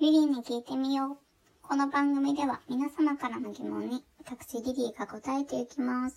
リリーに聞いてみよう。この番組では皆様からの疑問に私リリーが答えていきます。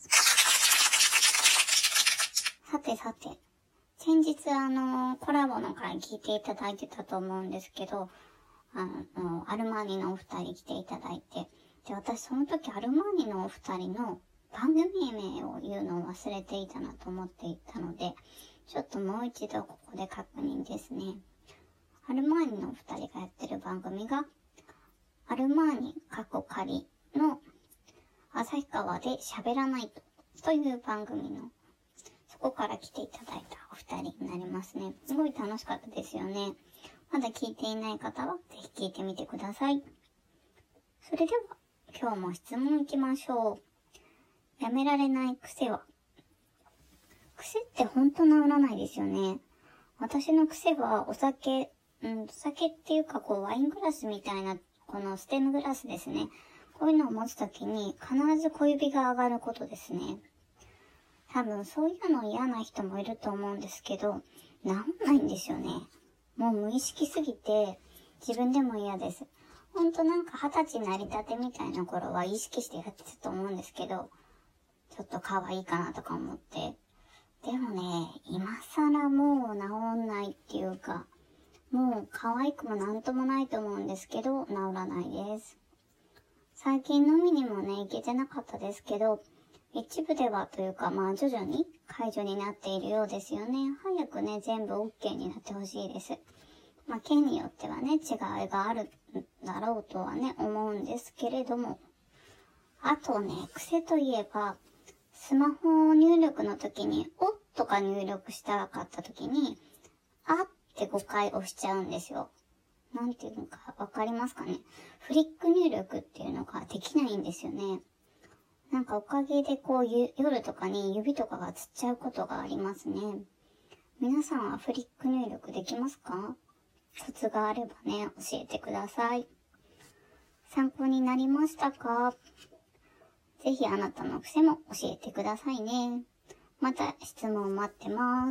さて、先日コラボの回聞いていただいてたと思うんですけど、アルマーニのお二人来ていただいて、で、私その時アルマーニのお二人の番組名を言うのを忘れていたなと思っていたので、ちょっともう一度ここで確認ですね。アルマーニのお二人がやってる番組が、アルマーニ仮の旭川で喋らないという番組の、そこから来ていただいたお二人になりますね。すごい楽しかったですよね。まだ聞いていない方はぜひ聞いてみてください。それでは今日も質問いきましょう。やめられない癖は？癖ってほんと治らないですよね。私の癖はお酒っていうかワイングラスみたいなこのステムグラスですね。こういうのを持つときに必ず小指が上がることですね。多分そういうの嫌な人もいると思うんですけど、治んないんですよね。もう無意識すぎて自分でも嫌です。ほんと20歳になりたてみたいな頃は意識してやってたと思うんですけど、ちょっと可愛いかなとか思って。でもね、今更もう治んないっていうか、もう可愛くもなんともないと思うんですけど、治らないです。最近飲みにもね、行けてなかったですけど、一部ではというか徐々に解除になっているようですよね。早くね、全部 OK になってほしいです。県によってはね、違いがあるだろうとはね、思うんですけれども。あとね、癖といえば、スマホ入力の時に、おとか入力したかった時に、あって5回押しちゃうんですよ。なんていうのかわかりますかね。フリック入力っていうのができないんですよね。おかげで夜とかに指とかがつっちゃうことがありますね。皆さんはフリック入力できますか？コツがあればね、教えてください。参考になりましたか？ぜひあなたの癖も教えてくださいね。また質問待ってます。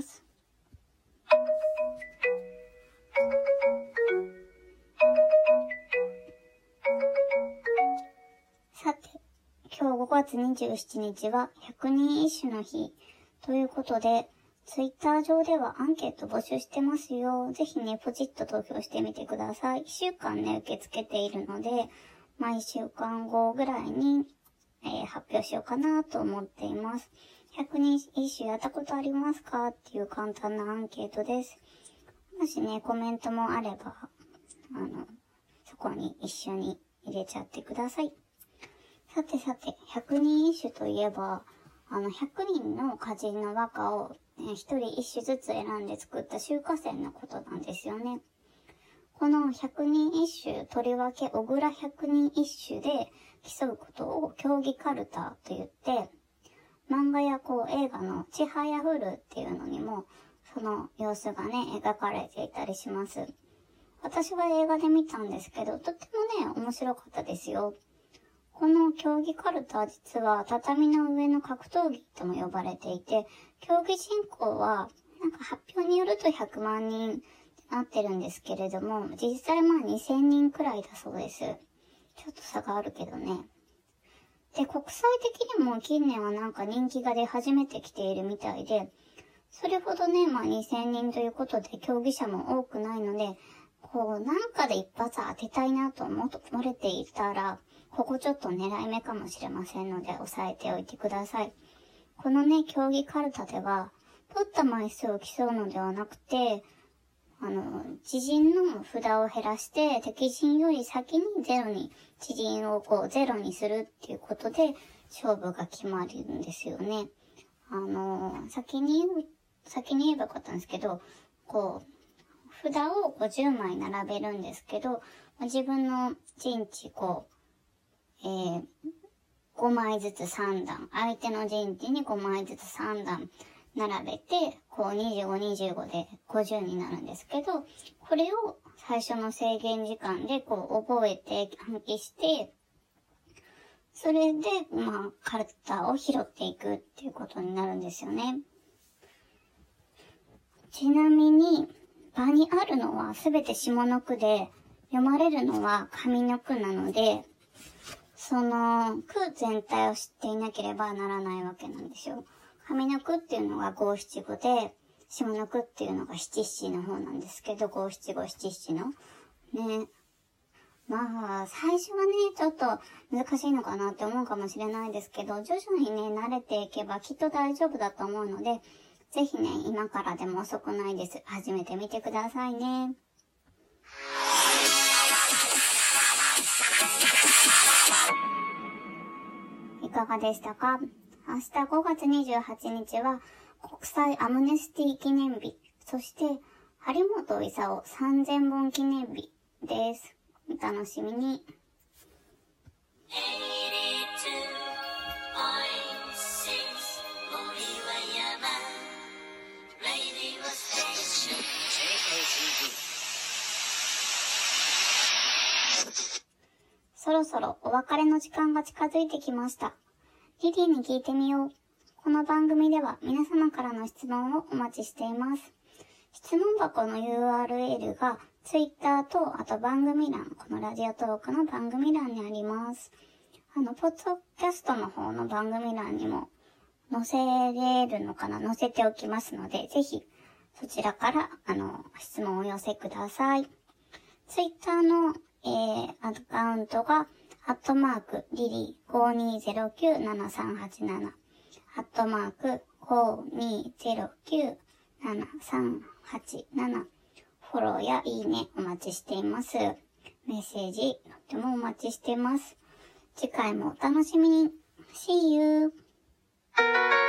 さて、今日5月27日は百人一首の日ということで、ツイッター上ではアンケート募集してますよ。ぜひね、ポチッと投票してみてください。1週間ね、受け付けているので、1週間後ぐらいに、発表しようかなと思っています。百人一首やったことありますかっていう簡単なアンケートです。もしね、コメントもあれば、そこに一緒に入れちゃってください。さて、百人一首といえば、100人の歌人の和歌を、1人1首ずつ選んで作った集歌選のことなんですよね。この百人一首、とりわけ小倉百人一首で競うことを競技カルタと言って、漫画や映画のちはやふるっていうのにも、その様子がね、描かれていたりします。私は映画で見たんですけど、とってもね、面白かったですよ。この競技カルタは実は畳の上の格闘技とも呼ばれていて、競技人口は発表によると100万人ってなってるんですけれども、実際2000人くらいだそうです。ちょっと差があるけどね。で、国際的にも近年は人気が出始めてきているみたいで、それほどね、2000人ということで競技者も多くないので、で一発当てたいなと思われていたら、ここちょっと狙い目かもしれませんので、押さえておいてください。このね、競技カルタでは、取った枚数を競うのではなくて、知人の札を減らして、敵陣より先に知人をゼロにするっていうことで、勝負が決まるんですよね。先に言えばよかったんですけど、札を10枚並べるんですけど、自分の陣地5枚ずつ3段、相手の陣地に5枚ずつ3段並べて、25、25で50になるんですけど、これを最初の制限時間で覚えて暗記して、それで、カルタを拾っていくっていうことになるんですよね。ちなみに、場にあるのはすべて下の句で、 読まれるのは上の句なので、その句全体を知っていなければならないわけなんですよ。上の句っていうのが五七五で、下の句っていうのが七七の方なんですけど、五七五七七の。ね。まあ、最初はね、ちょっと難しいのかなって思うかもしれないですけど、徐々にね、慣れていけばきっと大丈夫だと思うので、ぜひね、今からでも遅くないです。始めてみてくださいね。いかがでしたか？明日5月28日は国際アムネスティ記念日、そして張本勲3000本記念日です。お楽しみに。そろそろお別れの時間が近づいてきました。リリーに聞いてみよう。この番組では皆様からの質問をお待ちしています。質問箱の URL が Twitter とあと番組欄、このラジオトークの番組欄にあります。ポッドキャストの方の番組欄にも載せれるのかな？載せておきますので、ぜひそちらから質問をお寄せください。Twitter のアカウントが、リリー52097387、52097387、フォローやいいねお待ちしています。メッセージ、とてもお待ちしています。次回もお楽しみに。See you!